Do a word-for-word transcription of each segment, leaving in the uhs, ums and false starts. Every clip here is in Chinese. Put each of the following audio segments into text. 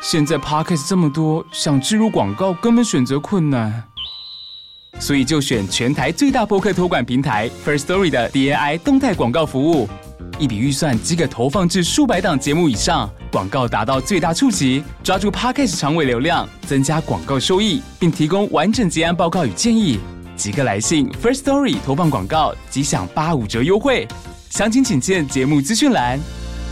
现在 Podcast 这么多，想置入广告根本选择困难，所以就选全台最大播客托管平台 Firstory 的 D A I 动态广告服务，一笔预算即可投放至数百档节目以上，广告达到最大触及，抓住 Podcast 长尾流量，增加广告收益，并提供完整结案报告与建议。即刻来信 Firstory 投放广告，即享八五折优惠，详情请见节目资讯栏。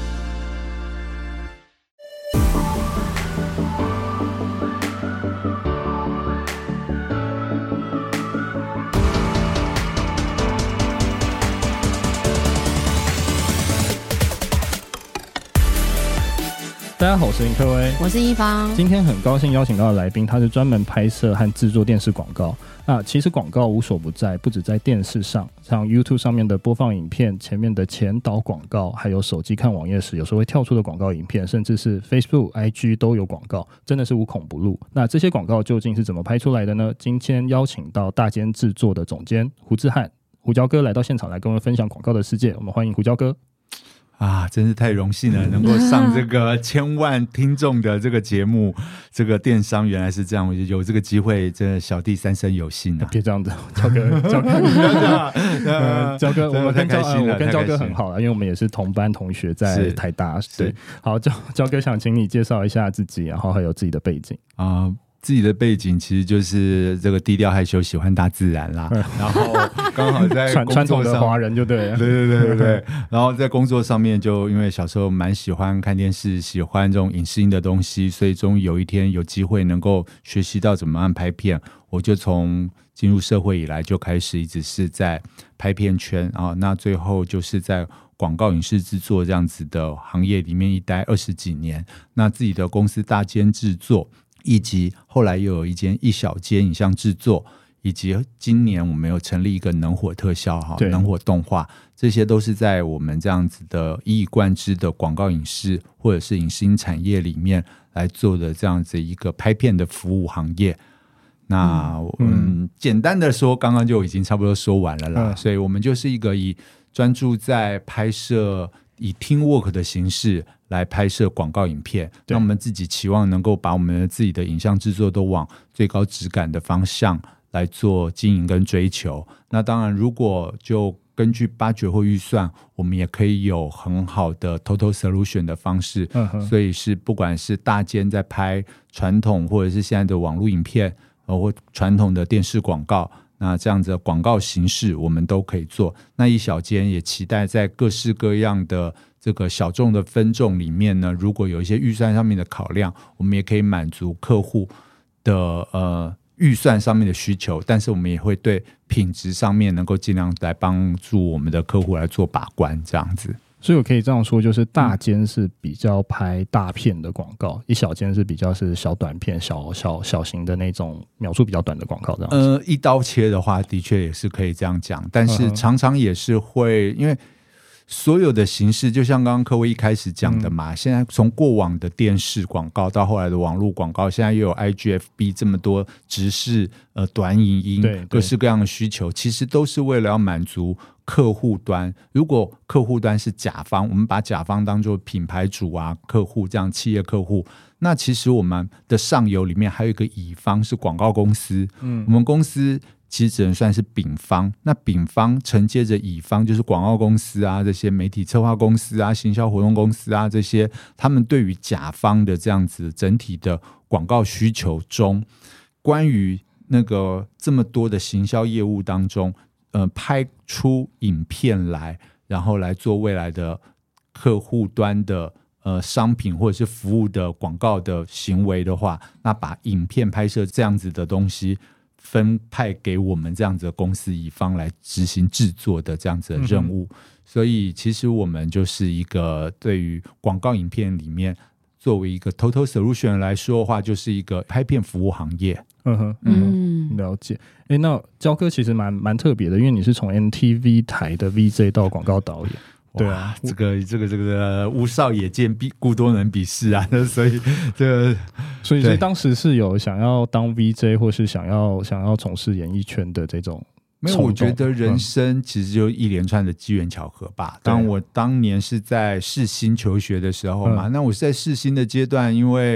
大家好，我是林科威， 我是一方。 今天很高兴邀请到的来宾，他是专门拍摄和制作电视广告。那其实广告无所不在，不止在电视上，像 YouTube 上面的播放影片，前面的前导广告，还有手机看网页时有时候会跳出的广告影片，甚至是 Facebook、I G 都有广告，真的是无孔不入。那这些广告究竟是怎么拍出来的呢？今天邀请到大间制作的总监胡志汉，胡椒哥来到现场来跟我们分享广告的世界。我们欢迎胡椒哥。 啊，真是太荣幸了，能够上这个千万听众的这个节目。这个电商原来是这样，有这个机会，真的小弟三生有幸啊！ 别这样子，焦哥，焦哥，不要这样。呃，焦哥，我们跟焦，我跟焦哥很好了，因为我们也是同班同学，在台大。对，好，焦焦哥想请你介绍一下自己，然后还有自己的背景啊。呃自己的背景其实就是这个低调害羞，喜欢大自然啦。嗯、然后刚好在工作上传统的华人就对了， 对对对对对。然后在工作上面，就因为小时候蛮喜欢看电视，喜欢这种影视音的东西，所以终于有一天有机会能够学习到怎么样拍片，我就从进入社会以来就开始一直是在拍片圈啊。那最后就是在广告影视制作这样子的行业里面一待二十几年，那自己的公司大间制作。以及后来又有一间一小间影像制作，以及今年我们有成立一个能火特效哈，能火动画，这些都是在我们这样子的一以贯之的广告影视或者是影视音产业里面来做的这样子一个拍片的服务行业。那 嗯, 嗯，简单的说，刚刚就已经差不多说完了啦。嗯、所以我们就是一个以专注在拍摄以 teamwork 的形式来拍摄广告影片，那我们自己期望能够把我们的自己的影像制作都往最高质感的方向来做经营跟追求。那当然如果就根据budget或预算，我们也可以有很好的 total solution 的方式、嗯、所以是不管是大间在拍传统或者是现在的网络影片或传统的电视广告，那这样子的广告形式我们都可以做。那一小间也期待在各式各样的这个小众的分众里面呢，如果有一些预算上面的考量，我们也可以满足客户的呃预算上面的需求，但是我们也会对品质上面能够尽量来帮助我们的客户来做把关，这样子。 所以我可以这样说，就是大间是比较拍大片的广告、嗯、一小间是比较是小短片小小小型的那种秒数比较短的广告这样子。 呃，一刀切的话的确也是可以这样讲，但是常常也是会因为所有的形式就像刚刚科威一开始讲的嘛、嗯、现在从过往的电视广告到后来的网络广告，现在又有 I G F B 这么多直视呃短影音各式各样的需求，其实都是为了要满足客户端。如果客户端是甲方，我们把甲方当作品牌主啊客户这样企业客户，那其实我们的上游里面还有一个乙方是广告公司、嗯、我们公司其实只能算是丙方，那丙方承接着乙方就是广告公司啊，这些媒体策划公司啊，行销活动公司啊，这些他们对于甲方的这样子整体的广告需求中，关于那个这么多的行销业务当中呃，拍出影片来，然后来做未来的客户端的呃商品或者是服务的广告的行为的话，那把影片拍摄这样子的东西分派给我们这样子的公司乙方来执行制作的这样子的任务、嗯、所以其实我们就是一个对于广告影片里面作为一个 total solution 来说的话，就是一个拍片服务行业。 嗯哼，嗯，了解。哎，那焦哥其实蛮蛮特别的，因为你是从 M T V 台的 V J 到广告导演。对啊， 这个这个这个无少也见故多能比试啊，所以这个所以当时是有想要当 V J 或是想要想要从事演艺圈的这种。 没有，我觉得人生其实就一连串的机缘巧合吧。嗯、当我当年是在世新求学的时候嘛，嗯、那我是在世新的阶段，因为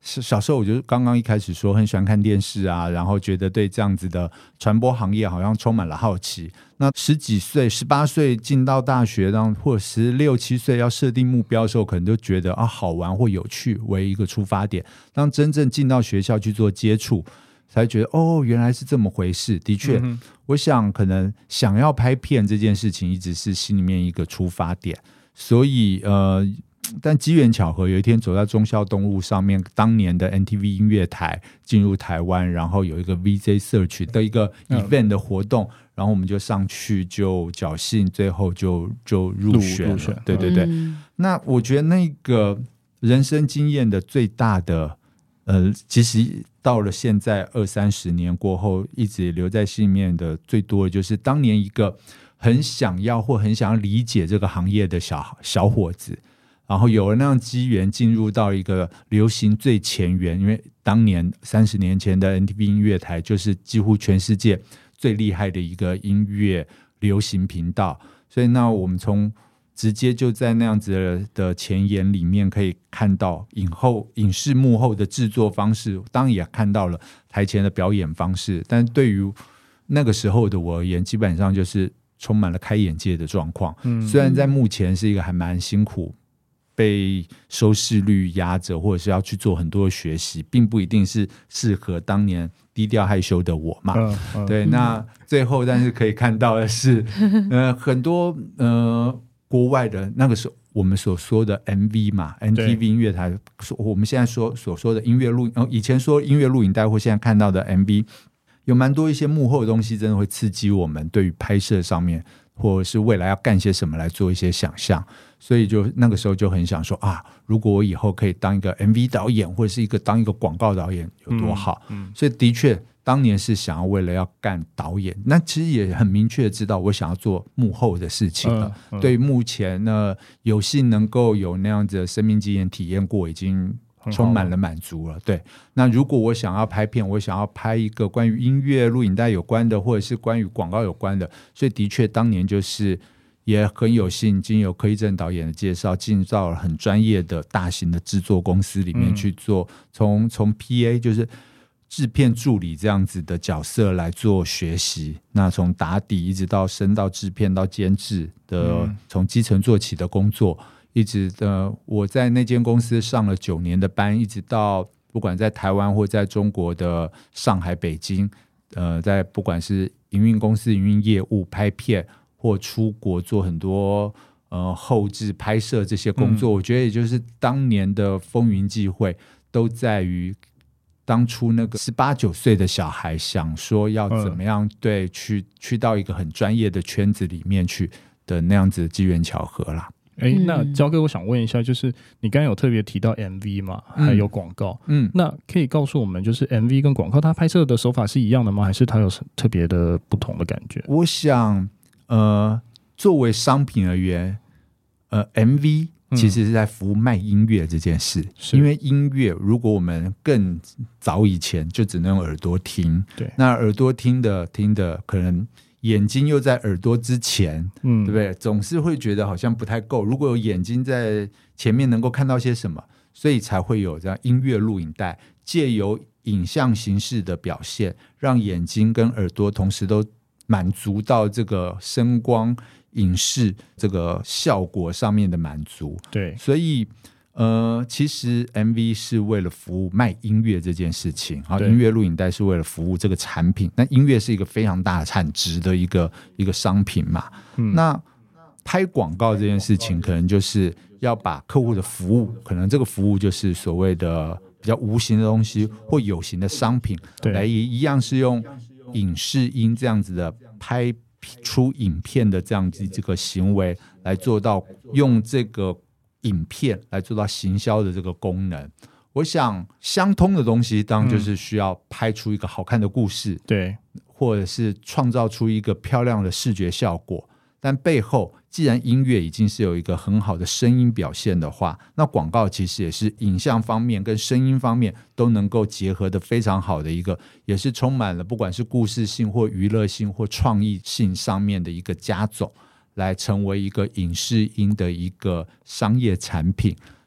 小时候我就刚刚一开始说很喜欢看电视啊，然后觉得对这样子的传播行业好像充满了好奇。那十几岁十八岁进到大学，或者十六七岁要设定目标的时候，可能就觉得啊好玩或有趣为一个出发点。当真正进到学校去做接触，才觉得哦原来是这么回事。的确、嗯、我想可能想要拍片这件事情一直是心里面一个出发点。所以呃但机缘巧合，有一天走在忠孝东路上面，当年的 N T V 音乐台进入台湾，然后有一个 V J Search 的一个 event 的活动、嗯、然后我们就上去就侥幸最后就就入选了。选对对对、嗯、那我觉得那个人生经验的最大的呃，其实到了现在二三十年过后一直留在心里面的最多的就是当年一个很想要或很想要理解这个行业的小小伙子，然后有了那样机缘进入到一个流行最前沿，因为当年三十年前的 N T V 音乐台就是几乎全世界最厉害的一个音乐流行频道，所以那我们从直接就在那样子的前沿里面可以看到影后影视幕后的制作方式，当然也看到了台前的表演方式，但对于那个时候的我而言，基本上就是充满了开眼界的状况、嗯、虽然在目前是一个还蛮辛苦被收视率压着，或者是要去做很多学习，并不一定是适合当年低调害羞的我嘛、嗯嗯、对，那最后但是可以看到的是呃，很多呃国外的那个时候我们所说的 M V 嘛 N T V 音乐台，我们现在说所说的音乐录、哦、以前说音乐录影带或现在看到的 M V， 有蛮多一些幕后的东西真的会刺激我们对于拍摄上面或者是未来要干些什么来做一些想象，所以就那个时候就很想说啊，如果我以后可以当一个 M V 导演或者是一个当一个广告导演有多好、嗯嗯、所以的确当年是想要为了要干导演，那其实也很明确的知道我想要做幕后的事情了、嗯嗯、对目前呢有幸能够有那样子的生命经验体验过，已经充满了满足了。对，那如果我想要拍片，我想要拍一个关于音乐录影带有关的，或者是关于广告有关的，所以的确当年就是也很有幸经由柯一正导演的介绍，进到了很专业的大型的制作公司里面去做、嗯、从从 P A 就是制片助理这样子的角色来做学习，那从打底一直到升到制片到监制的、嗯、从基层做起的工作，一直的我在那间公司上了九年的班，一直到不管在台湾或在中国的上海北京，呃，在不管是营运公司营运业务拍片或出国做很多呃后制拍摄这些工作、嗯、我觉得也就是当年的风云际会都在于当初那个十八九岁的小孩想说要怎么样、嗯、对去去到一个很专业的圈子里面去的那样子的机缘巧合啦。 哎，那焦哥我想问一下，就是你刚刚有特别提到 M V 嘛、嗯、还有广告，嗯，那可以告诉我们就是 M V 跟广告它拍摄的手法是一样的吗？还是它有特别的不同的感觉？ 我想呃，作为商品而言呃 M V其实是在服务卖音乐这件事、嗯、因为音乐如果我们更早以前就只能用耳朵听，对，那耳朵听的听的可能眼睛又在耳朵之前、嗯、对不对？总是会觉得好像不太够，如果有眼睛在前面能够看到些什么，所以才会有这样音乐录影带，借由影像形式的表现，让眼睛跟耳朵同时都满足到这个声光影视这个效果上面的满足。对，所以呃，其实 M V 是为了服务卖音乐这件事情，好，音乐录影带是为了服务这个产品。那音乐是一个非常大的产值的一个一个商品嘛、嗯。那拍广告这件事情，可能就是要把客户的服务，可能这个服务就是所谓的比较无形的东西或有形的商品，来一样是用影视音这样子的拍出影片的这样子这个行为来做到用这个影片来做到行销的这个功能。我想相通的东西当然就是需要拍出一个好看的故事、嗯、对，或者是创造出一个漂亮的视觉效果，但背后既然音乐已经是有一个很好的声音表现的话，那广告其实也是影像方面跟声音方面都能够结合的非常好的一个，也是充满了不管是故事性或娱乐性或创意性上面的一个加总，来成为一个影视音的一个商业产品。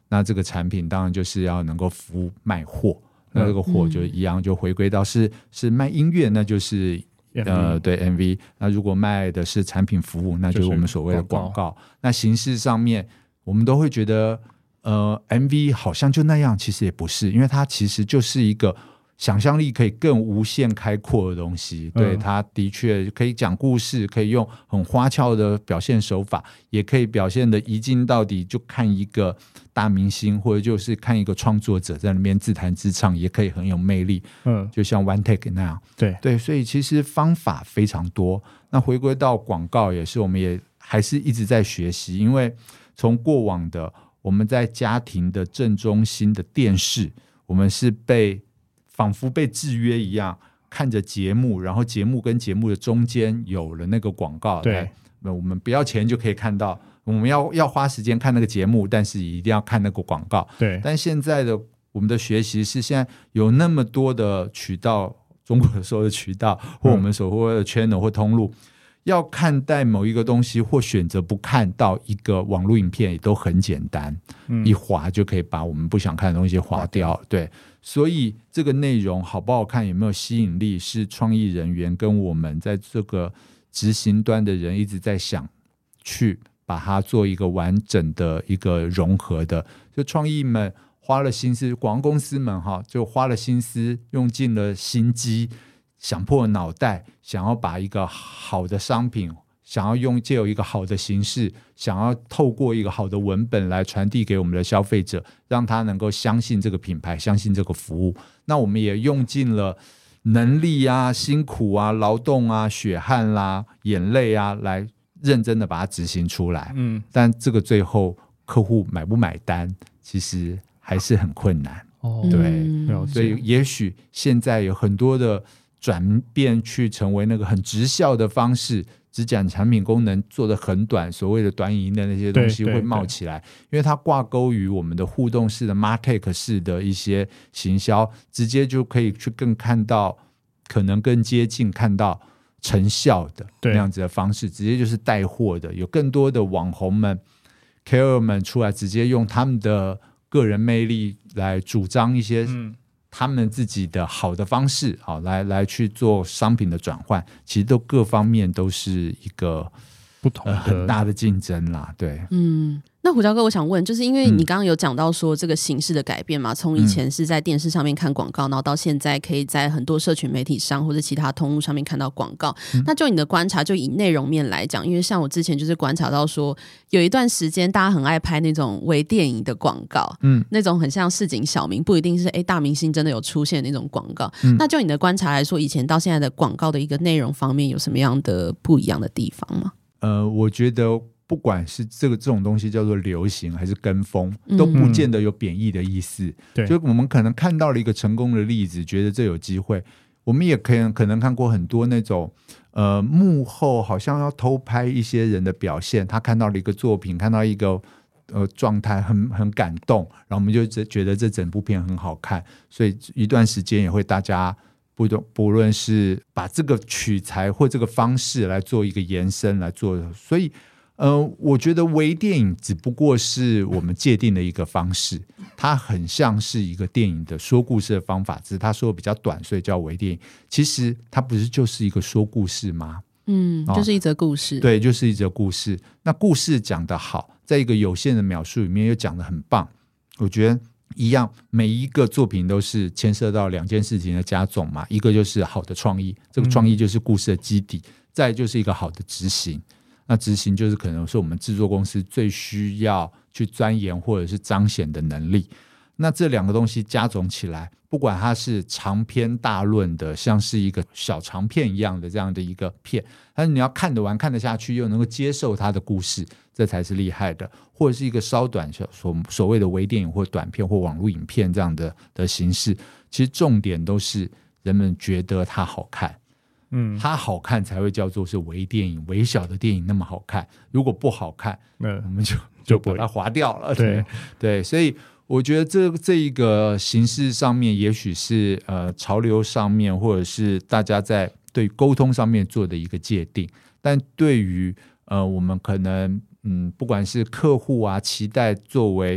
那这个产品当然就是要能够服务卖货，那这个货就一样，就回归到是是卖音乐，那就是呃对 M V。那如果卖的是产品服务，那就是我们所谓的广告。那形式上面，我们都会觉得呃 M V 好像就那样，其实也不是，因为它其实就是一个想象力可以更无限开阔的东西。对，它的确可以讲故事，可以用很花俏的表现手法，也可以表现的一镜到底，就看一个大明星或者就是看一个创作者在那边自弹自唱，也可以很有魅力。嗯，就像 One Take 那样。对对，所以其实方法非常多。那回归到广告也是，我们也还是一直在学习，因为从过往的我们在家庭的正中心的电视，我们是被仿佛被制约一样看着节目，然后节目跟节目的中间有了那个广告。对，我们不要钱就可以看到，我们要要花时间看那个节目，但是一定要看那个广告。对，但现在的我们的学习是现在有那么多的渠道，中国所有的渠道或我们所谓的 channel 或通路，要看待某一个东西或选择不看到一个网络影片也都很简单，嗯、一滑就可以把我们不想看的东西滑掉。对，所以这个内容好不好看，有没有吸引力，是创意人员跟我们在这个执行端的人一直在想去把它做一个完整的一个融合的。就创意们花了心思，广告公司们哈就花了心思，用尽了心机，想破脑袋，想要把一个好的商品，想要用借由一个好的形式，想要透过一个好的文本来传递给我们的消费者，让他能够相信这个品牌，相信这个服务。那我们也用尽了能力啊、辛苦啊、劳动啊、血汗啦、啊、眼泪啊，来认真的把它执行出来。嗯，但这个最后客户买不买单，其实还是很困难。哦，对，嗯、所以也许现在有很多的转变去成为那个很直效的方式，只讲产品功能做得很短，所谓的短影音的那些东西会冒起来，因为它挂钩于我们的互动式的 Martech 式的一些行销，直接就可以去更看到可能更接近看到成效的那样子的方式，直接就是带货的，有更多的网红们 K O L 们出来，直接用他们的个人魅力来主张一些、嗯他们自己的好的方式，好来来去做商品的转换，其实都各方面都是一个不同的、呃、 很大的竞争啦。对， 嗯。那胡椒哥，我想问，就是因为你刚刚有讲到说这个形式的改变嘛，从以前是在电视上面看广告，然后到现在可以在很多社群媒体上或者其他通路上面看到广告。嗯、那就你的观察，就以内容面来讲，因为像我之前就是观察到说，有一段时间大家很爱拍那种微电影的广告，嗯，那种很像市井小民，不一定是哎大明星真的有出现的那种广告。嗯、那就你的观察来说，以前到现在的广告的一个内容方面有什么样的不一样的地方吗？ 呃，我觉得。不管是这个这种东西叫做流行还是跟风，都不见得有贬义的意思。对、嗯，就我们可能看到了一个成功的例子，觉得这有机会。我们也可能可能看过很多那种呃幕后好像要偷拍一些人的表现，他看到了一个作品，看到一个呃状态很很感动，然后我们就觉得这整部片很好看，所以一段时间也会大家不不论是把这个取材或这个方式来做一个延伸来做，所以。呃，我觉得微电影只不过是我们界定的一个方式，它很像是一个电影的说故事的方法，只是它说的比较短，所以叫微电影。其实它不是就是一个说故事吗？ 嗯，就是一则故事。 对，就是一则故事。那故事讲得好，在一个有限的描述里面又讲得很棒，我觉得一样，每一个作品都是牵涉到两件事情的加总嘛，一个就是好的创意，这个创意就是故事的基底，嗯、再就是一个好的执行。那执行就是可能是我们制作公司最需要去钻研或者是彰显的能力。那这两个东西加总起来，不管它是长篇大论的，像是一个小长片一样的这样的一个片，但是你要看得完看得下去，又能够接受它的故事，这才是厉害的。或者是一个稍短所所谓的微电影或短片或网络影片这样的的形式，其实重点都是人们觉得它好看。嗯，它好看才会叫做是微电影，微小的电影那么好看。如果不好看，嗯、我们就就把它划掉了。对 对, 对，所以我觉得这这一个形式上面，也许是呃潮流上面，或者是大家在对沟通上面做的一个界定。但对于呃我们可能嗯，不管是客户啊，期待作为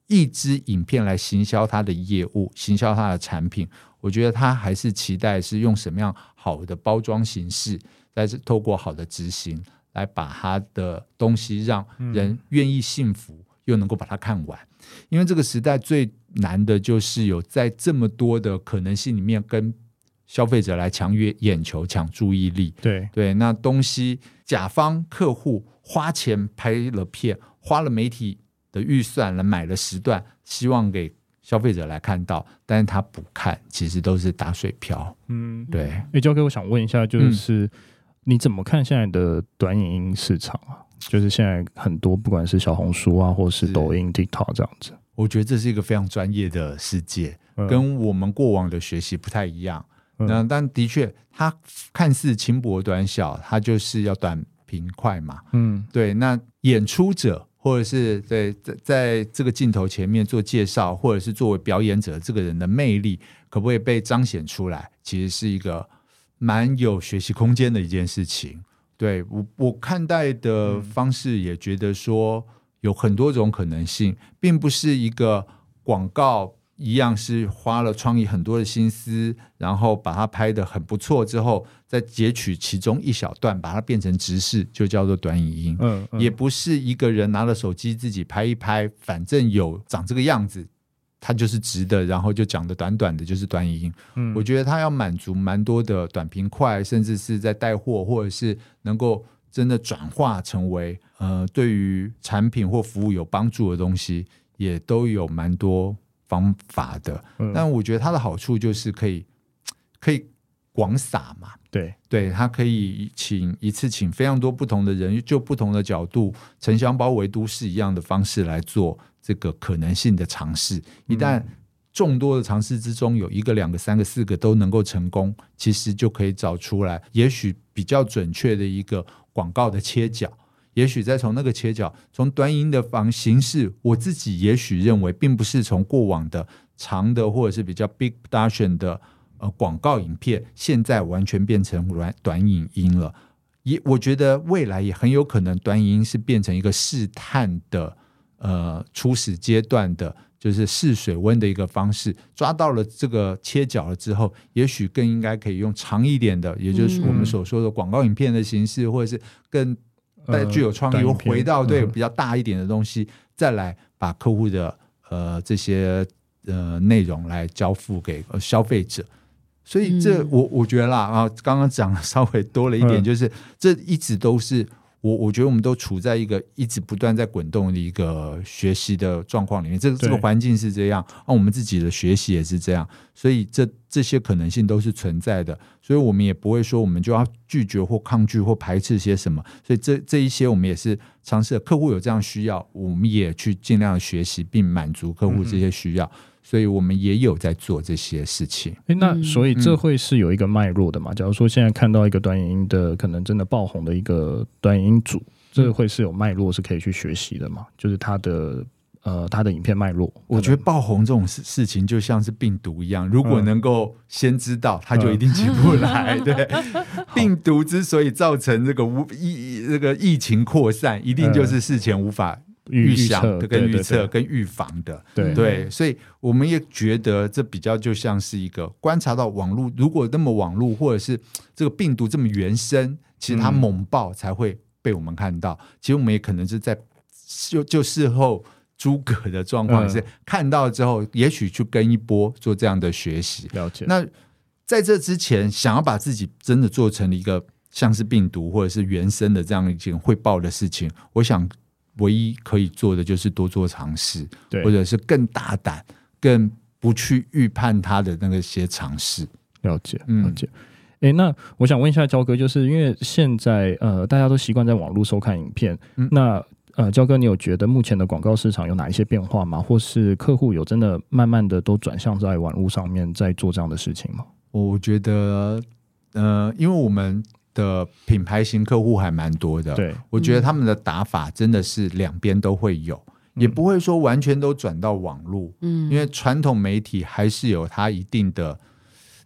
一支影片来行销他的业务，行销他的产品，我觉得他还是期待是用什么样好的包装形式，再是透过好的执行来把他的东西让人愿意信服、嗯、又能够把它看完。因为这个时代最难的就是有在这么多的可能性里面跟消费者来抢眼球、抢注意力。 对对，那东西甲方客户花钱拍了片，花了媒体的预算来买了时段，希望给消费者来看到，但是他不看，其实都是打水漂。嗯，对。 欸，焦哥，我想问一下，就是、嗯、你怎么看现在的短影音市场啊？就是现在很多不管是小红书啊，或是抖音、TikTok 这样子， 我觉得这是一个非常专业的世界，嗯、跟我们过往的学习不太一样。嗯、那但的确，它看似轻薄短小，它就是要短平快嘛。嗯，对。那演出者或者是在在在这个镜头前面做介绍，或者是作为表演者，这个人的魅力可不可以被彰显出来，其实是一个蛮有学习空间的一件事情。对，我我看待的方式也觉得说有很多种可能性，并不是一个广告一样是花了创意很多的心思，然后把它拍得很不错之后，再截取其中一小段把它变成直视，就叫做短影音。嗯嗯，也不是一个人拿了手机自己拍一拍，反正有长这个样子它就是直的，然后就讲的短短的就是短影音。嗯，我觉得它要满足蛮多的短平快，甚至是在带货，或者是能够真的转化成为呃对于产品或服务有帮助的东西，也都有蛮多方法的。嗯，但我觉得它的好处就是可以可以广撒嘛。 对对，它可以请一次请非常多不同的人，就不同的角度，城乡包围都市一样的方式来做这个可能性的尝试。一旦众多的尝试之中有一个两个三个四个都能够成功，其实就可以找出来也许比较准确的一个广告的切角，也许再从那个切角，从短影音的方形式，我自己也许认为并不是从过往的长的或者是比较 big production 的呃广告影片，现在完全变成短短影音了。也我觉得未来也很有可能短影音是变成一个试探的呃初始阶段的，就是试水温的一个方式，抓到了这个切角了之后，也许更应该可以用长一点的，也就是我们所说的广告影片的形式，或者是更具有创意，又回到对比较大一点的东西，再来把客户的呃这些呃内容来交付给消费者。所以这我我觉得啦，啊，刚刚讲的稍微多了一点，就是这一直都是我我觉得我们都处在一个一直不断在滚动的一个学习的状况里面，这个这个环境是这样，啊，我们自己的学习也是这样，所以这这些可能性都是存在的，所以我们也不会说我们就要拒绝或抗拒或排斥些什么，所以这这一些我们也是尝试，客户有这样需要，我们也去尽量的学习并满足客户这些需要。嗯，所以我们也有在做这些事情。 欸，那所以这会是有一个脉络的嘛？假如说现在看到一个短影音的可能真的爆红的一个短影音组，这会是有脉络是可以去学习的嘛？就是它的呃它的影片脉络。 我觉得爆红这种事情就像是病毒一样，如果能够先知道，它就一定起不来。嗯，对，病毒之所以造成这个无疫这个疫情扩散，一定就是事前无法预想的跟预测跟预防的。 对, 对, 对，所以我们也觉得这比较就像是一个观察到网络如果那么网络或者是这个病毒这么原生，其实它猛爆才会被我们看到。嗯，其实我们也可能是在就就事后诸葛的状况是，嗯，看到之后也许去跟一波做这样的学习。 了解。 那在这之前想要把自己真的做成一个像是病毒或者是原生的这样一件会爆的事情，我想唯一可以做的就是多做尝试，或者是更大胆更不去预判它的那个些尝试。 了解了解。欸，那我想问一下焦哥，就是因为现在呃大家都习惯在网络收看影片，嗯，那呃焦哥你有觉得目前的广告市场有哪一些变化吗？或是客户有真的慢慢的都转向在网络上面在做这样的事情吗？ 我觉得呃因为我们的品牌型客户还蛮多的，对，我觉得他们的打法真的是两边都会有，嗯，也不会说完全都转到网络，嗯，因为传统媒体还是有它一定的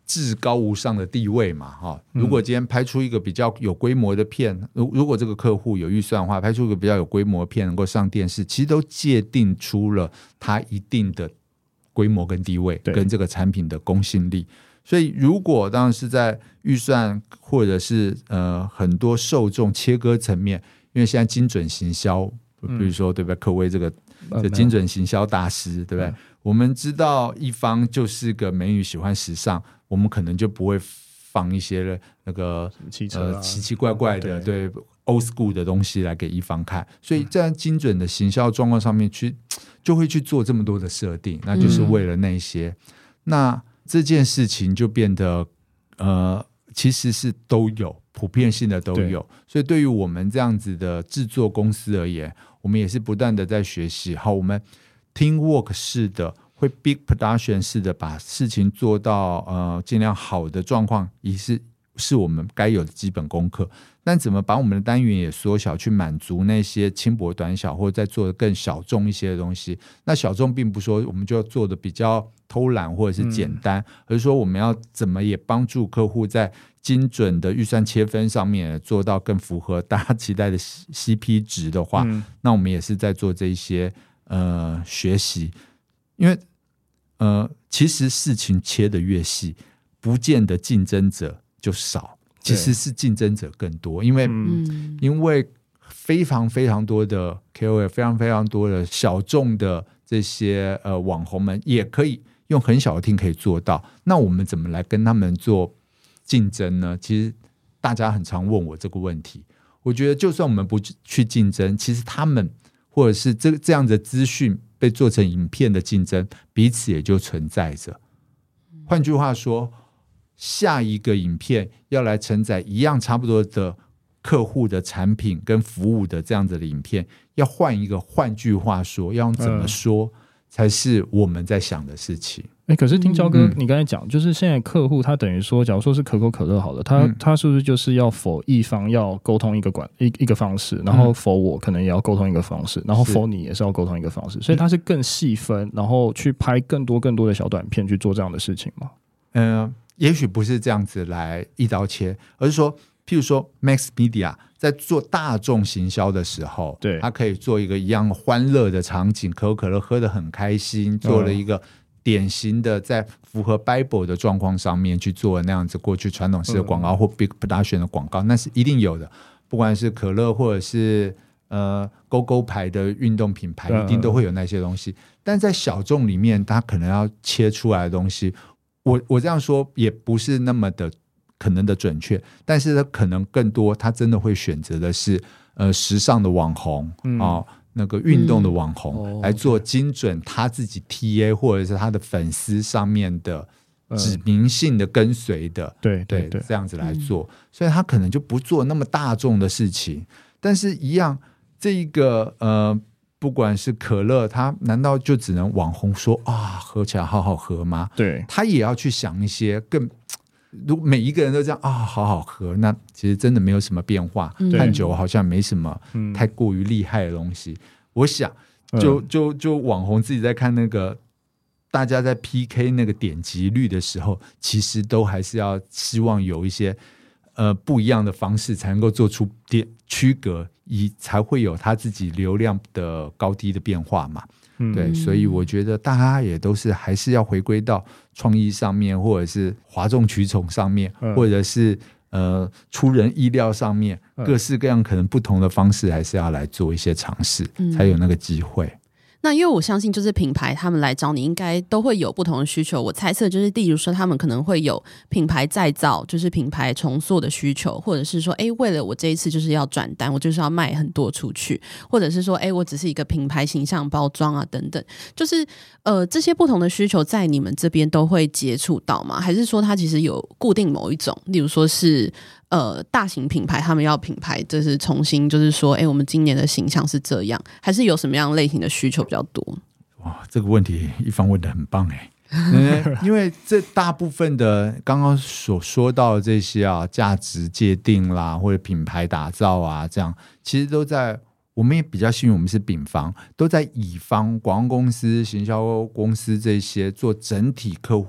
至高无上的地位嘛，哈。如果今天拍出一个比较有规模的片，如如果这个客户有预算的话，拍出一个比较有规模的片能够上电视，其实都界定出了它一定的规模跟地位，跟这个产品的公信力。所以如果当然是在预算或者是呃很多受众切割层面，因为现在精准行销，比如说对不对？可谓这个这精准行销大师，对不对？嗯、我们知道一方就是个美女喜欢时尚，我们可能就不会放一些那个汽车、啊呃、 奇奇怪怪的对 old school 的东西来给一方看，所以在精准的行销状况上面去就会去做这么多的设定，那就是为了那些、嗯、那这件事情就变得呃其实是都有普遍性的都有，所以对于我们这样子的制作公司而言，我们也是不断的在学习。好，我们 teamwork 式的会 big production 式的把事情做到呃尽量好的状况，也是是我们该有的基本功课。但怎么把我们的单元也缩小，去满足那些轻薄短小或者再做的更小众一些的东西？那小众并不说我们就要做的比较偷懒或者是简单、嗯、而是说我们要怎么也帮助客户在精准的预算切分上面做到更符合大家期待的 C P 值的话、嗯、那我们也是在做这一些呃学习。因为呃其实事情切得越细，不见得竞争者就少，其实是竞争者更多，因为、嗯、因为非常非常多的 K O L， 非常非常多的小众的这些呃网红们也可以用很小的 team 可以做到，那我们怎么来跟他们做竞争呢？其实大家很常问我这个问题。我觉得就算我们不去竞争，其实他们或者是这这样的资讯被做成影片的竞争，彼此也就存在着。换句话说，下一个影片要来承载一样差不多的客户的产品跟服务的这样子的影片，要换一个，换句话说要用怎么说、嗯、才是我们在想的事情。 欸、可是听焦哥你刚才讲、嗯、就是现在客户他等于说假如说是可口可乐好了，他、嗯、他是不是就是要否一方要沟通一个管 一, 一个方式，然后否我可能也要沟通一个方式，然后否你也是要沟通一个方式，所以他是更细分，然后去拍更多更多的小短片去做这样的事情吗？ 嗯、呃，也许不是这样子来一刀切，而是说譬如说 Max Media 在做大众行销的时候，对，他可以做一个一样欢乐的场景，可口可乐喝得很开心，做了一个典型的在符合 Bible 的状况上面去做那样子过去传统式的广告、嗯、或 Big Production 的广告，那是一定有的，不管是可乐或者是呃勾勾牌的运动品牌，一定都会有那些东西、嗯、但在小众里面它可能要切出来的东西，我我这样说也不是那么的可能的准确，但是它可能更多他真的会选择的是呃时尚的网红、嗯哦那个运动的网红、嗯、来做精准他自己 T A 或者是他的粉丝上面的指名性的跟随的、嗯、对对对，这样子来做、嗯、所以他可能就不做那么大众的事情，但是一样这一个呃不管是可乐，他难道就只能网红说啊喝起来好好喝吗？对，他也要去想一些更，如果每一个人都这样啊好好喝，那其实真的没有什么变化，看久好像没什么太过于厉害的东西、嗯、我想就就就网红自己在看那个大家在 P K 那个点击率的时候，其实都还是要希望有一些呃不一样的方式才能够做出点区隔，以才会有他自己流量的高低的变化嘛。嗯、对，所以我觉得大家也都是还是要回归到创意上面，或者是哗众取宠上面、嗯、或者是呃出人意料上面、嗯、各式各样可能不同的方式还是要来做一些尝试、嗯、才有那个机会。 那因为我相信就是品牌他们来找你应该都会有不同的需求，我猜测就是例如说他们可能会有品牌再造，就是品牌重塑的需求，或者是说诶为了我这一次就是要转单，我就是要卖很多出去，或者是说诶我只是一个品牌形象包装啊等等，就是呃这些不同的需求在你们这边都会接触到吗？还是说它其实有固定某一种，例如说是呃，大型品牌他们要品牌就是重新就是说哎，我们今年的形象是这样，还是有什么样类型的需求比较多？ 哇，这个问题一方问得很棒哎、嗯，因为这大部分的刚刚所说到的这些啊，价值界定啦或者品牌打造啊，这样其实都在，我们也比较幸运，我们是丙方，都在乙方广告公司行销公司这些做整体客户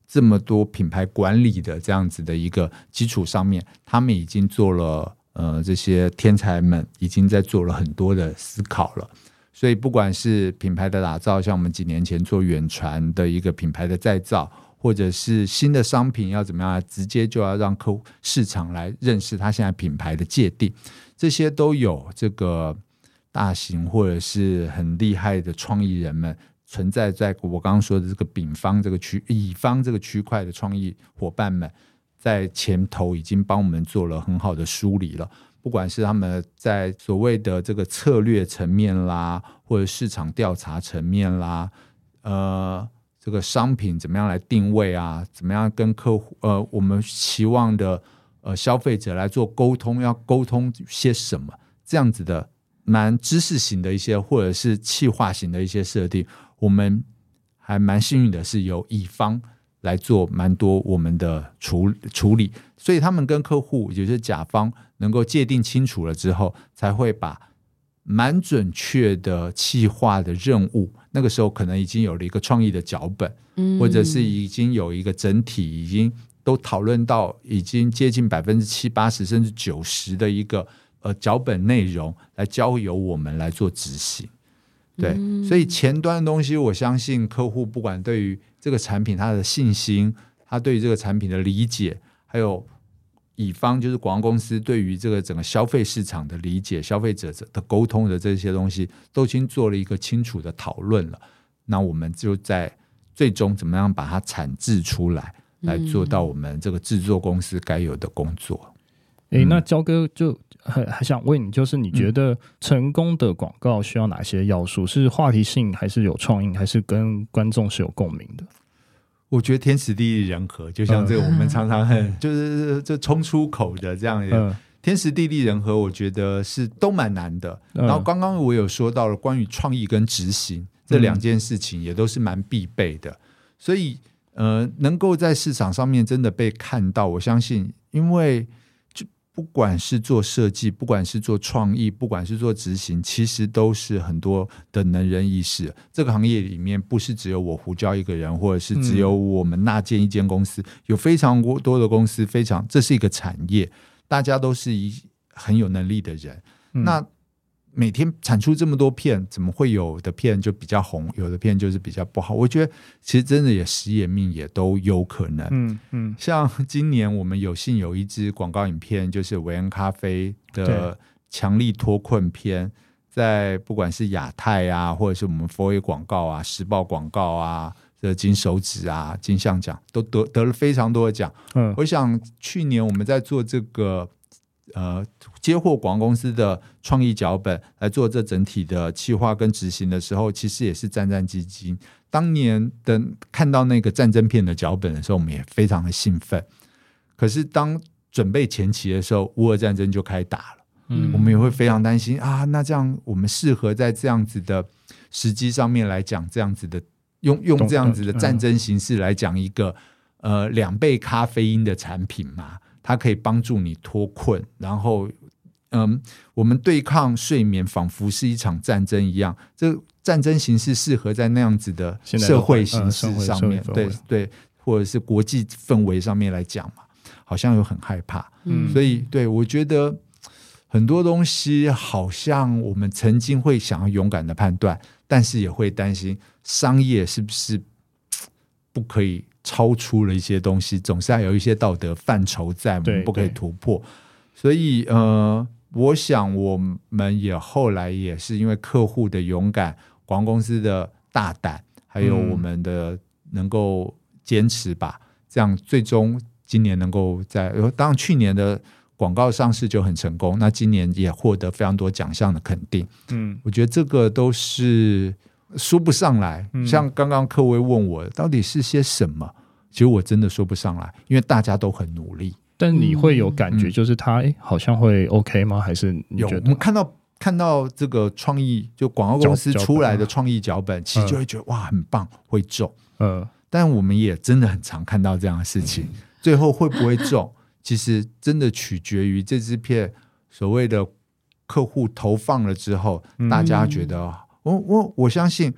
这么多品牌管理的这样子的一个基础上面，他们已经做了呃这些天才们已经在做了很多的思考了。所以不管是品牌的打造，像我们几年前做远传的一个品牌的再造，或者是新的商品要怎么样直接就要让客户市场来认识它现在品牌的界定，这些都有这个大型或者是很厉害的创意人们存在在我刚刚说的这个丙方这个区乙方这个区块的创意伙伴们在前头已经帮我们做了很好的梳理了，不管是他们在所谓的这个策略层面啦，或者市场调查层面啦，呃这个商品怎么样来定位啊，怎么样跟客户呃我们期望的呃消费者来做沟通，要沟通些什么，这样子的蛮知识型的一些或者是企划型的一些设定，我们还蛮幸运的是由乙方来做蛮多我们的 处, 处理，所以他们跟客户也就是甲方能够界定清楚了之后，才会把蛮准确的企划的任务，那个时候可能已经有了一个创意的脚本、嗯、或者是已经有一个整体已经都讨论到已经接近百分之七八十甚至九十的一个呃脚本内容来交由我们来做执行。对、嗯，所以前端的东西我相信客户不管对于这个产品他的信心，他对于这个产品的理解，还有乙方就是广告公司对于这个整个消费市场的理解，消费者的沟通的这些东西都已经做了一个清楚的讨论了，那我们就在最终怎么样把它产制出来，来做到我们这个制作公司该有的工作。 欸、那焦哥就还还想问你，就是你觉得成功的广告需要哪些要素？是话题性，还是有创意，还是跟观众是有共鸣的？ 我觉得天时地利人和，就像这个我们常常很、嗯、就是这冲出口的这样的、嗯、天时地利人和，我觉得是都蛮难的、嗯、然后刚刚我有说到了关于创意跟执行这两件事情也都是蛮必备的、嗯、所以呃，能够在市场上面真的被看到，我相信因为不管是做设计，不管是做创意，不管是做执行，其实都是很多的能人异士。这个行业里面不是只有我胡椒一个人，或者是只有我们那间一间公司、嗯、有非常多的公司，非常这是一个产业，大家都是一很有能力的人、嗯、那每天产出这么多片，怎么会有的片就比较红，有的片就是比较不好？我觉得其实真的也时也命也都有可能。嗯嗯，像今年我们有幸有一支广告影片，就是维恩咖啡的强力脱困片，在不管是亚太啊，或者是我们 四 A 广告啊、时报广告啊、这金手指啊、金像奖都 得, 得了非常多的奖。嗯，我想去年我们在做这个。呃，接获广告公司的创意脚本来做这整体的企划跟执行的时候，其实也是战战兢兢。当年的看到那个战争片的脚本的时候，我们也非常的兴奋。可是当准备前期的时候，乌俄战争就开打了，嗯，我们也会非常担心啊。那这样我们适合在这样子的时机上面来讲，这样子的用用这样子的战争形式来讲一个呃两倍咖啡因的产品嘛？它可以帮助你脱困，然后嗯，我们对抗睡眠仿佛是一场战争一样，这战争形式适合在那样子的社会形式上面、呃、对对，或者是国际氛围上面来讲嘛，好像又很害怕、嗯、所以对我觉得很多东西好像我们曾经会想要勇敢的判断，但是也会担心商业是不是不可以超出了一些东西，总是要有一些道德范畴在，我们不可以突破。所以呃，我想我们也后来也是因为客户的勇敢，广告公司的大胆，还有我们的能够坚持吧、嗯、这样最终今年能够在当然去年的广告上市就很成功，那今年也获得非常多奖项的肯定。嗯，我觉得这个都是说不上来、嗯、像刚刚各位问我到底是些什么，其实我真的说不上来，因为大家都很努力。 但你会有感觉就是他、嗯、好像会 OK 吗？还是你觉得有我们看到看到这个创意就广告公司出来的创意脚本，其实就会觉得、嗯、哇很棒会中、嗯、但我们也真的很常看到这样的事情、嗯、最后会不会中其实真的取决于这支片所谓的客户投放了之后、嗯、大家觉得我我我相信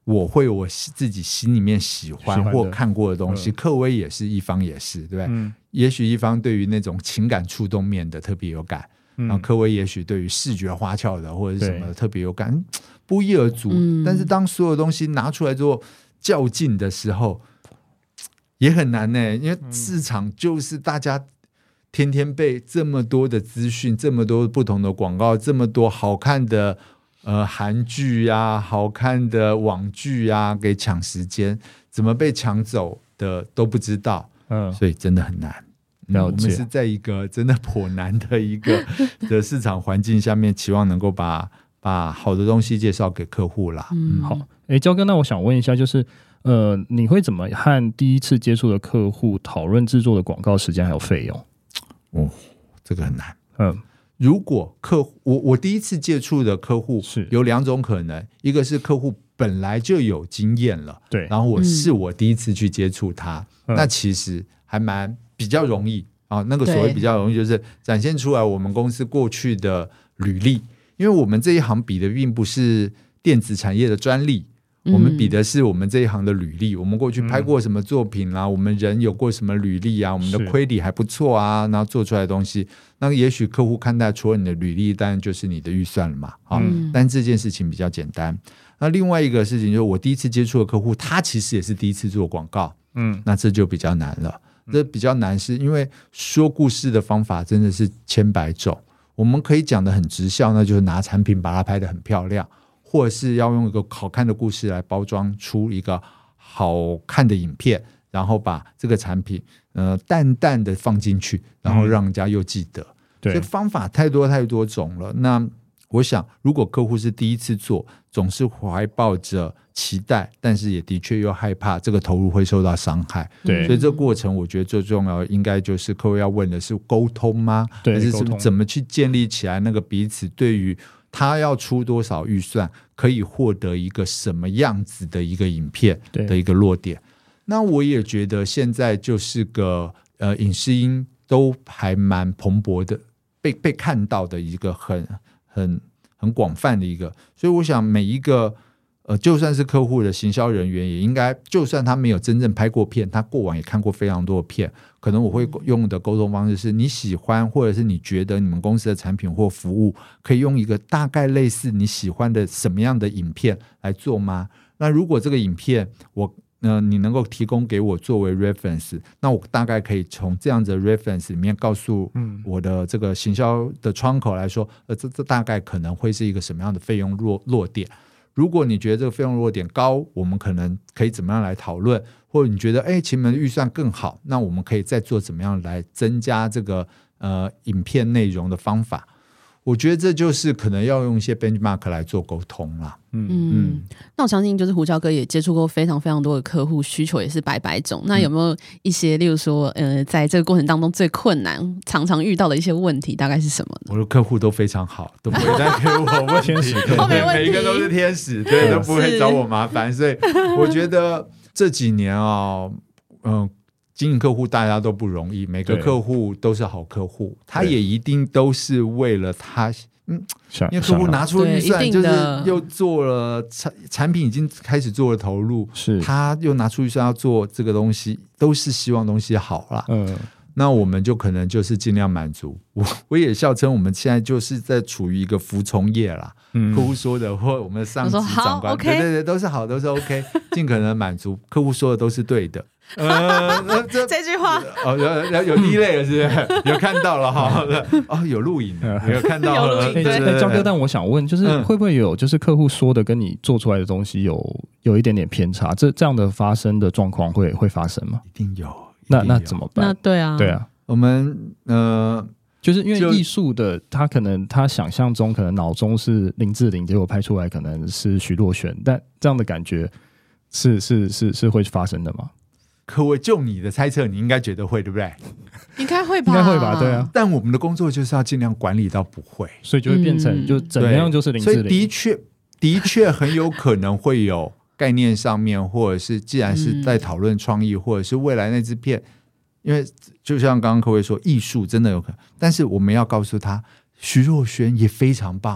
我会我自己心里面喜欢喜欢或看过的东西， 嗯克威也是，一方也是，对不对？ 嗯也许一方对于那种情感触动面的特别有感， 嗯然后克威也许对于视觉花俏的或者是什么的对特别有感，不一而足、 嗯但是当所有东西拿出来做较劲的时候也很难呢，因为市场就是大家天天被这么多的资讯，这么多不同的广告，这么多好看的呃韩剧呀、好看的网剧呀给抢时间，怎么被抢走的都不知道， 嗯， 所以真的很难。嗯、 了解我们是在一个真的颇难的一个的市场环境下面，期望能够把把好的东西介绍给客户啦。 嗯， 好，诶，焦哥，那我想问一下，就是呃，你会怎么和第一次接触的客户讨论制作的广告时间还有费用？ 哦，这个很难。 嗯， 如果客户，我我第一次接触的客户是有两种可能，一个是客户本来就有经验了， 对， 然后我是我第一次去接触他， 嗯那其实还蛮比较容易啊。那个所谓对比较容易，就是展现出来我们公司过去的履历，因为我们这一行比的并不是电子产业的专利。我们比的是我们这一行的履历，我们过去拍过什么作品啦、啊嗯、我们人有过什么履历啊，我们的亏理还不错啊，然后做出来的东西，那也许客户看待除了你的履历，当然就是你的预算了嘛、啊嗯、 但这件事情比较简单。那另外一个事情就是我第一次接触的客户，他其实也是第一次做广告，嗯，那这就比较难了。这比较难是因为说故事的方法真的是千百种，我们可以讲得很直效，那就是拿产品把它拍得很漂亮，或者是要用一个好看的故事来包装出一个好看的影片，然后把这个产品呃淡淡的放进去，然后让人家又记得、嗯、 对， 所以方法太多太多种了。那我想如果客户是第一次做，总是怀抱着期待，但是也的确又害怕这个投入会受到伤害， 对， 所以这个过程我觉得最重要应该就是客户要问的是沟通吗？ 对， 还是怎么去建立起来那个彼此对于他要出多少预算可以获得一个什么样子的一个影片的一个落点。那我也觉得现在就是个呃影视音都还蛮蓬勃的，被被看到的一个很很很广泛的一个，所以我想每一个呃就算是客户的行销人员也应该，就算他没有真正拍过片，他过往也看过非常多的片，可能我会用的沟通方式是你喜欢或者是你觉得你们公司的产品或服务可以用一个大概类似你喜欢的什么样的影片来做吗？那如果这个影片我呃，你能够提供给我作为 reference， 那我大概可以从这样子的 reference 里面告诉我的这个行销的窗口来说，呃，这这大概可能会是一个什么样的费用落落点。如果你觉得这个费用落点高，我们可能可以怎么样来讨论，或者你觉得哎，其实你们预算更好，那我们可以再做怎么样来增加这个呃影片内容的方法。我觉得这就是可能要用一些 benchmark 来做沟通啦。 嗯嗯，那我相信就是胡椒哥也接触过非常非常多的客户，需求也是百百种。那有没有一些，例如说，呃，在这个过程当中最困难、常常遇到的一些问题，大概是什么呢？ 我的客户都非常好，都不会再给我问题， 天使客户每一个都是天使，对，都不会找我麻烦。所以我觉得这几年啊，嗯、呃。经营客户大家都不容易，每个客户都是好客户，他也一定都是为了他，嗯，因为客户拿出预算，就是又做了产产品已经开始做了投入， 是他又拿出预算要做这个东西，都是希望东西好啦。嗯，那我们就可能就是尽量满足。我我也笑称我们现在就是在处于一个服从业啦，嗯、客户说的或我们的上级长官，对对对，都是好，都是 OK， 尽可能满足客户说的都是对的。 呃，这, 这句话哦，有有滴泪了，是不是？有看到了哈？哦，有录影，有看到了。 哎，焦哥，但我想问，就是会不会有，就是客户说的跟你做出来的东西有有一点点偏差？这这样的发生的状况会会发生吗？ 一定有。 那那怎么办？ 那对啊， 对啊， 我们呃， 就是因为艺术的，他可能他想象中可能脑中是林志玲，结果拍出来可能是徐若瑄，但这样的感觉是是是是会发生的吗？ 可我就你的猜测，你应该觉得会，对不对？ 应该会吧， 应该会吧，对啊。 但我们的工作就是要尽量管理到不会， 所以就会变成、嗯、就怎么样就是林志玲。 所以的确的确很有可能会有概念上面，或者是既然是在讨论创意，或者是未来那支片，因为就像刚刚各位说，艺术真的有可能，但是我们要告诉他，徐若瑄也非常棒。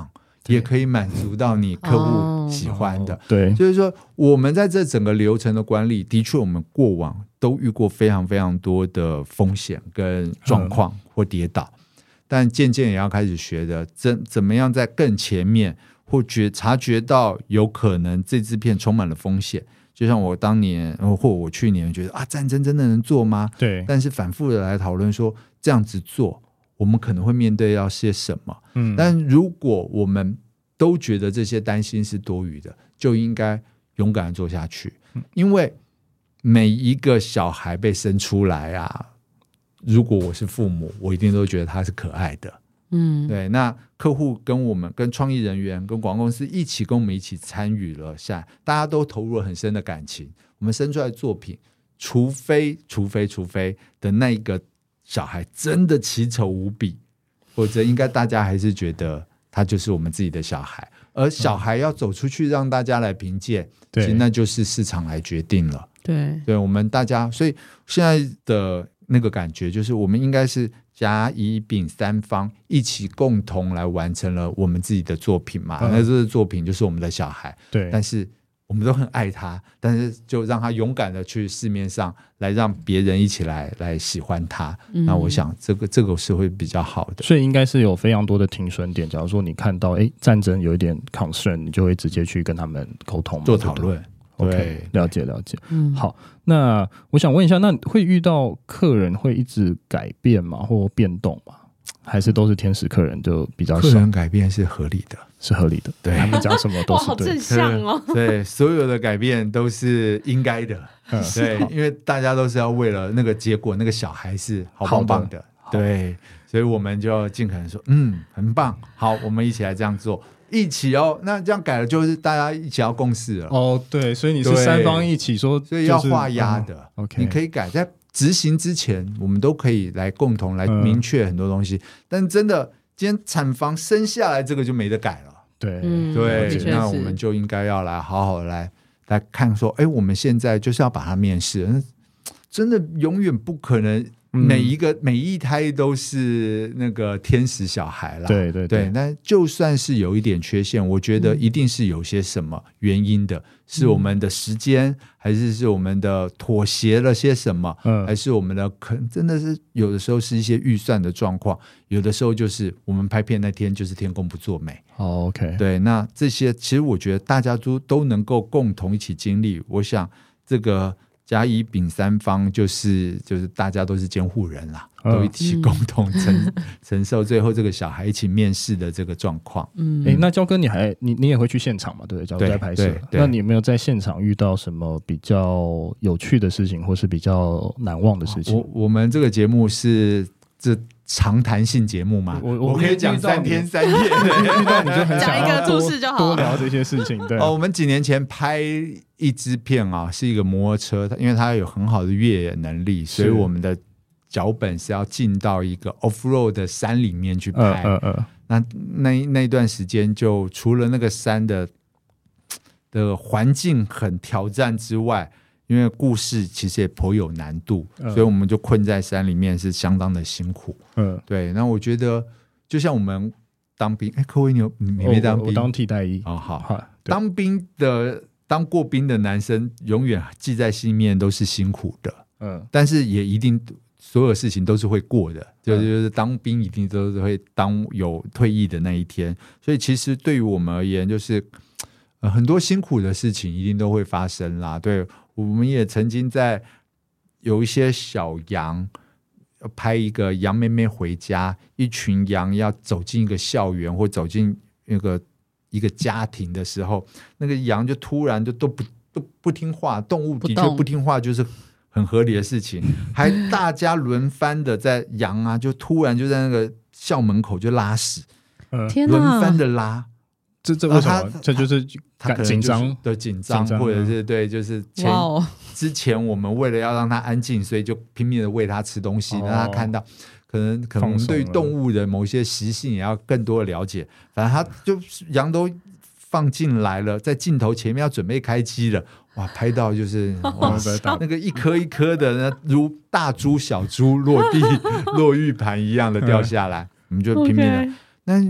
也可以满足到你客户喜欢的。 哦、对， 就是说我们在这整个流程的管理，的确我们过往都遇过非常非常多的风险跟状况或跌倒，嗯、但渐渐也要开始学的怎怎么样在更前面或觉察觉到有可能这支片充满了风险。就像我当年或我去年觉得啊，战争真的能做吗？ 对， 但是反复的来讨论说这样子做我们可能会面对到些什么。嗯，但如果我们都觉得这些担心是多余的，就应该勇敢的做下去。嗯、因为每一个小孩被生出来啊，如果我是父母，我一定都觉得他是可爱的。嗯，对，那客户跟我们跟创意人员跟广告公司一起跟我们一起参与了下来，大家都投入了很深的感情，我们生出来的作品除非除非除非的那一个小孩真的奇丑无比，否则应该大家还是觉得他就是我们自己的小孩，而小孩要走出去让大家来评鉴，其实那就是市场来决定了。 对， 对，我们大家，所以现在的那个感觉就是我们应该是甲乙丙三方一起共同来完成了我们自己的作品嘛，嗯、那这个作品就是我们的小孩。对，但是我们都很爱他，但是就让他勇敢的去市面上来让别人一起来来喜欢他。嗯、那我想这个这个是会比较好的。 所以应该是有非常多的停损点。假如说你看到哎战争有一点 concern， 你就会直接去跟他们沟通做讨论。 OK， 了解了解。嗯，好，那我想问一下，那会遇到客人会一直改变吗，或变动吗？还是都是天使客人就比较少？ 客人改变是合理的， 是合理的。对，他们讲什么都是对。 哇，好正向哦。 对，所有的改变都是应该的。嗯、对，因为大家都是要为了那个结果，那个小孩是好棒棒的。对，所以我们就尽可能说，嗯，很棒，好，我们一起来这样做。一起哦，那这样改了就是大家一起要共识了哦。对，所以你是三方一起说， 所以要画押的。 嗯、OK， 你可以改，在执行之前，我们都可以来共同来明确很多东西。嗯、但真的，今天产房生下来这个就没得改了。 对、 嗯、 对，那我们就应该要来好好的来来看说，哎，我们现在就是要把它面试，真的永远不可能。每一个、嗯、每一胎都是那个天使小孩啦， 对对 对, 对，但就算是有一点缺陷，我觉得一定是有些什么原因的，嗯、是我们的时间，还是是我们的妥协了些什么，嗯、还是我们的可能真的是有的时候是一些预算的状况，有的时候就是我们拍片那天就是天公不作美。 哦 OK， 对，那这些其实我觉得大家都都能够共同一起经历，我想这个。甲乙丙三方就是就是大家都是监护人啦，嗯、都一起共同承、嗯、承受最后这个小孩一起面试的这个状况。 嗯，欸、那焦哥你还你你也会去现场嘛？对不对？假如在拍摄，那你有没有在现场遇到什么比较有趣的事情，或是比较难忘的事情？ 我我们这个节目是这。长谈性节目嘛，我我可以讲三天三夜， 遇到你就很想讲一个故事就好， 多聊这些事情。对哦，我们几年前拍一支片啊，是一个摩托车，因为它有很好的越野能力，所以我们的脚本是要进到一个 off road 的山里面去拍。嗯嗯嗯。那那那段时间，就除了那个山的的环境很挑战之外。因为故事其实也颇有难度，嗯、所以我们就困在山里面，是相当的辛苦。嗯，对。那我觉得，就像我们当兵，哎，各位你有你没当兵？ 我当替代役。 哦，好。好当兵的当过兵的男生，永远记在心里面都是辛苦的。嗯，但是也一定所有事情都是会过的，就就是当兵一定都是会当有退役的那一天。所以其实对于我们而言，就是、呃、很多辛苦的事情一定都会发生啦。对。我们也曾经在有一些小羊拍一个羊妹妹回家，一群羊要走进一个校园或走进那个一个家庭的时候，那个羊就突然就都不都不听话，动物的确不听话就是很合理的事情，还大家轮番的在羊啊就突然就在那个校门口就拉屎， 天哪，轮番的拉。 这这为什么？这就是他可能紧张的紧张，或者是对，就是前、wow. 之前我们为了要让他安静，所以就拼命的喂他吃东西，让、oh. 他看到可能可能我们对于动物的某些习性也要更多的了解。反正他就羊都放进来了，在镜头前面要准备开机了，哇，拍到就是哇那个一颗一颗的，如大珠小珠落地落玉盘一样的掉下来，我们就拼命的。那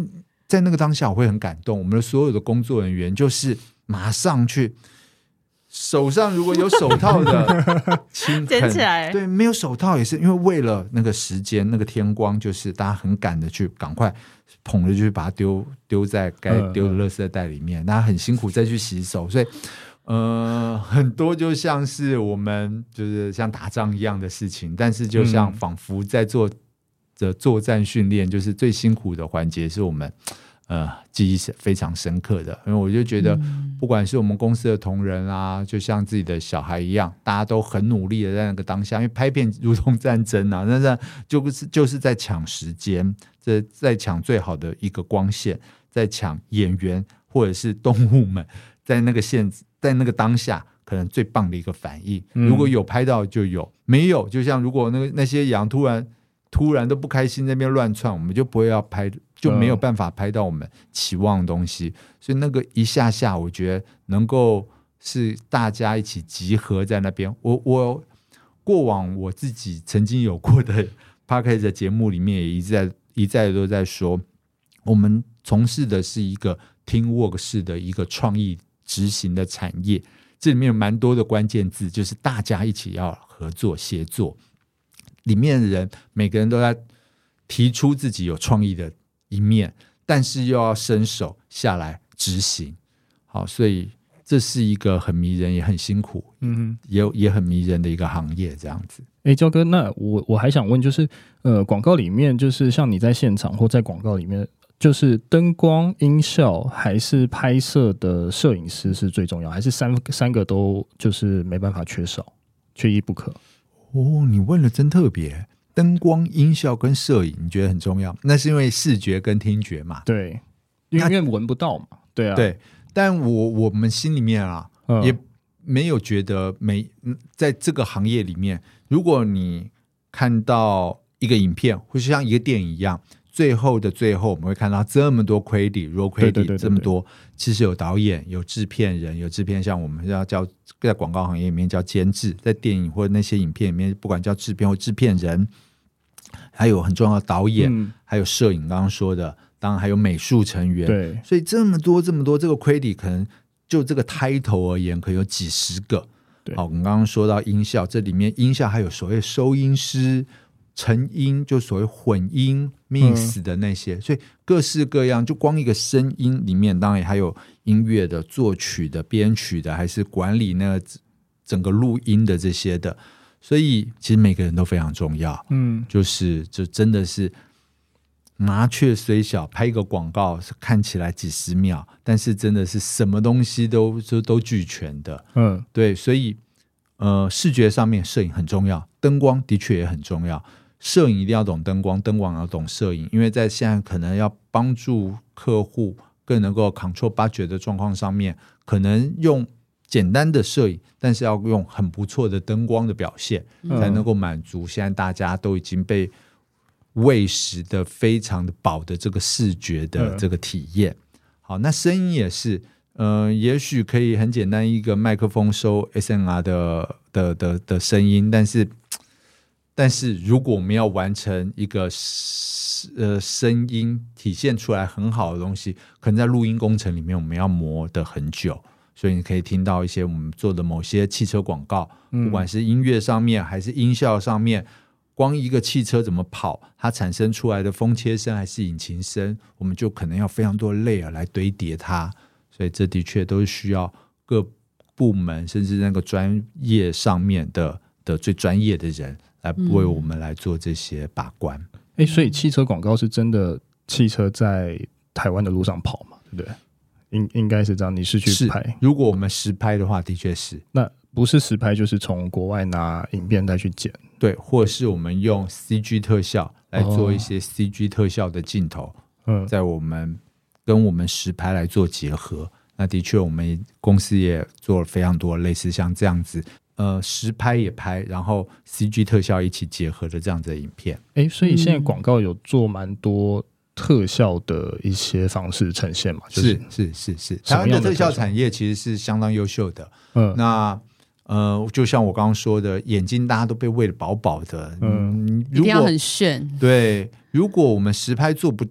在那个当下我会很感动，我们的所有的工作人员就是马上去，手上如果有手套的轻捡起来， 对，没有手套也是因为为了那个时间那个天光，就是大家很赶的去赶快捧着去把它丢丢在该丢的垃圾袋里面，大家很辛苦再去洗手，所以呃，很多就像是我们就是像打仗一样的事情，但是就像仿佛在做的作战训练，就是最辛苦的环节是我们呃记忆是非常深刻的。因为我就觉得不管是我们公司的同仁啊，就像自己的小孩一样，大家都很努力的在那个当下，因为拍片如同战争啊，那那就是就是在抢时间，在在抢最好的一个光线，在抢演员或者是动物们在那个现在那个当下可能最棒的一个反应，如果有拍到就有，没有就像如果那个那些羊突然突然都不开心在那边乱窜，我们就不会要拍，就没有办法拍到我们期望的东西。所以那个一下下我觉得能够是大家一起集合在那边。我我过往我自己曾经有过的 Podcast 的节目里面也一再一再都在说，我们从事的是一个 teamwork 式的一个创意执行的产业，这里面有蛮多的关键字，就是大家一起要合作协作，里面的人每个人都在提出自己有创意的一面，但是又要伸手下来执行。好，所以这是一个很迷人也很辛苦，嗯，也也很迷人的一个行业这样子。 哎，焦哥，那我我还想问，就是呃，广告里面就是像你在现场或在广告里面，就是灯光、音效还是拍摄的摄影师是最重要，还是三三个都就是没办法缺少，缺一不可？ 哦，你问了真特别，灯光、音效跟摄影你觉得很重要，那是因为视觉跟听觉嘛？ 对，因为闻不到嘛。对啊， 对。但我我们心里面啊，嗯、也没有觉得每在这个行业里面，如果你看到一个影片，或是像一个电影一样，最后的最后我们会看到这么多 credit roll credit 这么多，其实有导演、有制片人、有制片，像我们要叫在广告行业里面叫监制，在电影或者那些影片里面，不管叫制片或制片人，还有很重要的导演，嗯、还有摄影，刚刚说的。当然还有美术成员， 对， 所以这么多这么多这个 credit 可能就这个 title 而言可能有几十个。好，我们刚刚说到音效，这里面音效还有所谓收音师、成音，就所谓混音 mix 的那些、嗯、所以各式各样，就光一个声音里面当然还有音乐的作曲的编曲的，还是管理那个整个录音的这些的，所以其实每个人都非常重要。嗯，就是就真的是麻雀虽小，拍一个广告看起来几十秒，但是真的是什么东西都都都俱全的。嗯，对，所以呃，视觉上面摄影很重要，灯光的确也很重要。摄影一定要懂灯光，灯光要懂摄影，因为在现在可能要帮助客户更能够 control budget 的状况上面，可能用简单的摄影，但是要用很不错的灯光的表现，嗯、才能够满足现在大家都已经被喂食的非常的饱的这个视觉的这个体验。好，那声音也是，呃，也许可以很简单一个麦克风收 S N R 的的的的声音，但是但是如果我们要完成一个呃声音体现出来很好的东西，可能在录音工程里面我们要磨得很久。所以你可以听到一些我们做的某些汽车广告，不管是音乐上面还是音效上面，光一个汽车怎么跑，它产生出来的风切声还是引擎声，我们就可能要非常多的 layer 来堆叠它，所以这的确都是需要各部门甚至那个专业上面的的最专业的人来为我们来做这些把关。 嗯、所以汽车广告是真的汽车在台湾的路上跑嘛，对不对？应应该是这样，你是去拍？ 如果我们实拍的话，的确是。 那不是实拍，就是从国外拿影片再去剪。 对，或者是我们用 C G 特效来做一些 C G 特效的镜头，哦、在我们跟我们实拍来做结合。那的确，我们公司也做了非常多类似像这样子，呃，实拍也拍，然后 C G 特效一起结合的这样子的影片。 哎，所以现在广告有做蛮多特效的一些方式呈现嘛？就是、 是是是是，台湾的特效产业其实是相当优秀的。嗯，那。呃，就像我刚刚说的，眼睛大家都被喂得饱饱的，嗯， 一定要很炫。 对，如果我们实拍做不到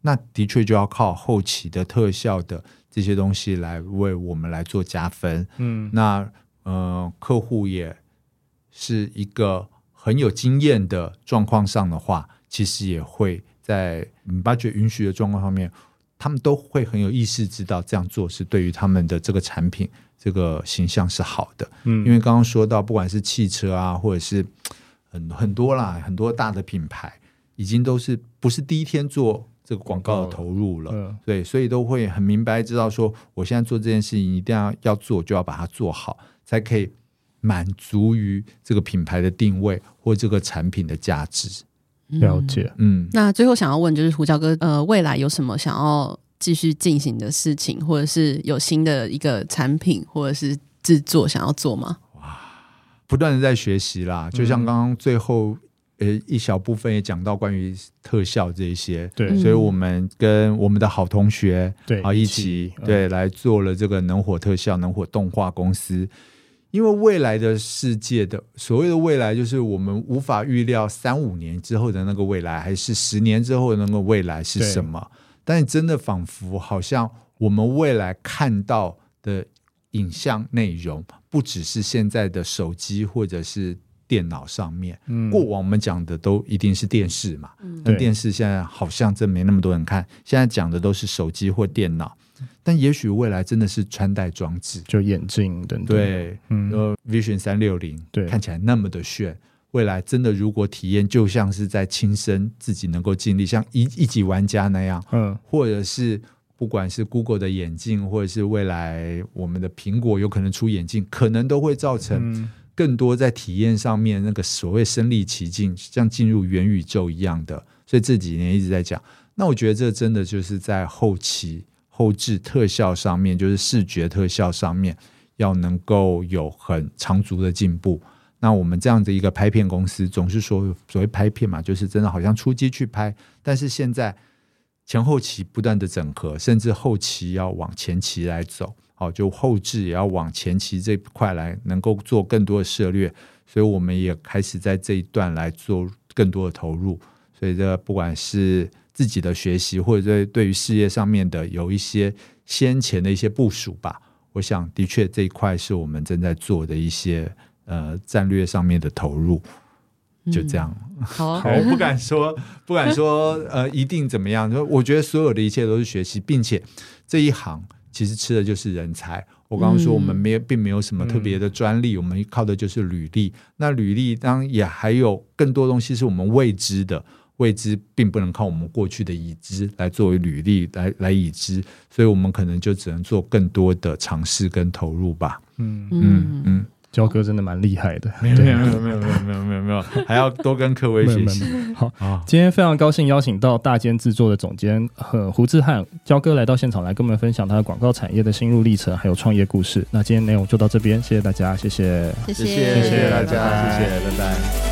那的确就要靠后期的特效的这些东西来为我们来做加分。嗯，那呃，客户也是一个很有经验的状况上的话，其实也会在budget允许的状况上面，他们都会很有意识知道这样做是对于他们的这个产品这个形象是好的。嗯，因为刚刚说到不管是汽车啊，或者是很很多啦，很多大的品牌已经都是不是第一天做这个广告的投入了，嗯，对，所以都会很明白知道说我现在做这件事情一定要要做就要把它做好，才可以满足于这个品牌的定位或这个产品的价值。 了解。 嗯，那最后想要问就是胡椒哥，呃，未来有什么想要继续进行的事情，或者是有新的一个产品或者是制作想要做吗？ 哇，不断的在学习啦，就像刚刚最后、嗯、呃一小部分也讲到关于特效这一些，对，所以我们跟我们的好同学对啊一起对、嗯、来做了这个能火特效能火动画公司。因为未来的世界的所谓的未来，就是我们无法预料三五年之后的那个未来，还是十年之后的那个未来是什么。但真的仿佛好像我们未来看到的影像内容，不只是现在的手机或者是电脑上面。嗯、过往我们讲的都一定是电视嘛，那、嗯、电视现在好像真没那么多人看，现在讲的都是手机或电脑。但也许未来真的是穿戴装置， 就眼镜等等， 对，嗯 ，Vision 三六零，对，看起来那么的炫。未来真的如果体验，就像是在亲身自己能够经历，像一一级玩家那样，嗯，或者是不管是 Google 的眼镜，或者是未来我们的苹果有可能出眼镜，可能都会造成更多在体验上面那个所谓身临其境，像进入元宇宙一样的。所以这几年一直在讲，那我觉得这真的就是在后期。后置特效上面，就是视觉特效上面要能够有很长足的进步。那我们这样的一个拍片公司总是说所谓拍片嘛，就是真的好像出击去拍，但是现在前后期不断的整合，甚至后期要往前期来走，好，就后置也要往前期这块来能够做更多的涉略，所以我们也开始在这一段来做更多的投入。所以这不管是自己的学习，或者对于事业上面的有一些先前的一些部署吧，我想的确这一块是我们正在做的一些呃战略上面的投入，就这样。嗯、好，我不敢说不敢说呃一定怎么样，我觉得所有的一切都是学习，并且这一行其实吃的就是人才。我刚刚说我们没并没有什么特别的专利、嗯、我们靠的就是履历。那履历当然也还有更多东西是我们未知的。未知并不能靠我们过去的已知来作为履历 来, 来已知，所以我们可能就只能做更多的尝试跟投入吧。嗯嗯嗯，焦哥真的蛮厉害的， 没有没有没有没有没有没有没有没有，还要多跟各位学习。 好，今天非常高兴邀请到大间制作的总监和胡志翰焦哥来到现场来跟我们分享他的广告产业的心路历程还有创业故事。那今天内容就到这边，谢谢大家，谢谢谢谢谢谢大家，谢谢，拜拜。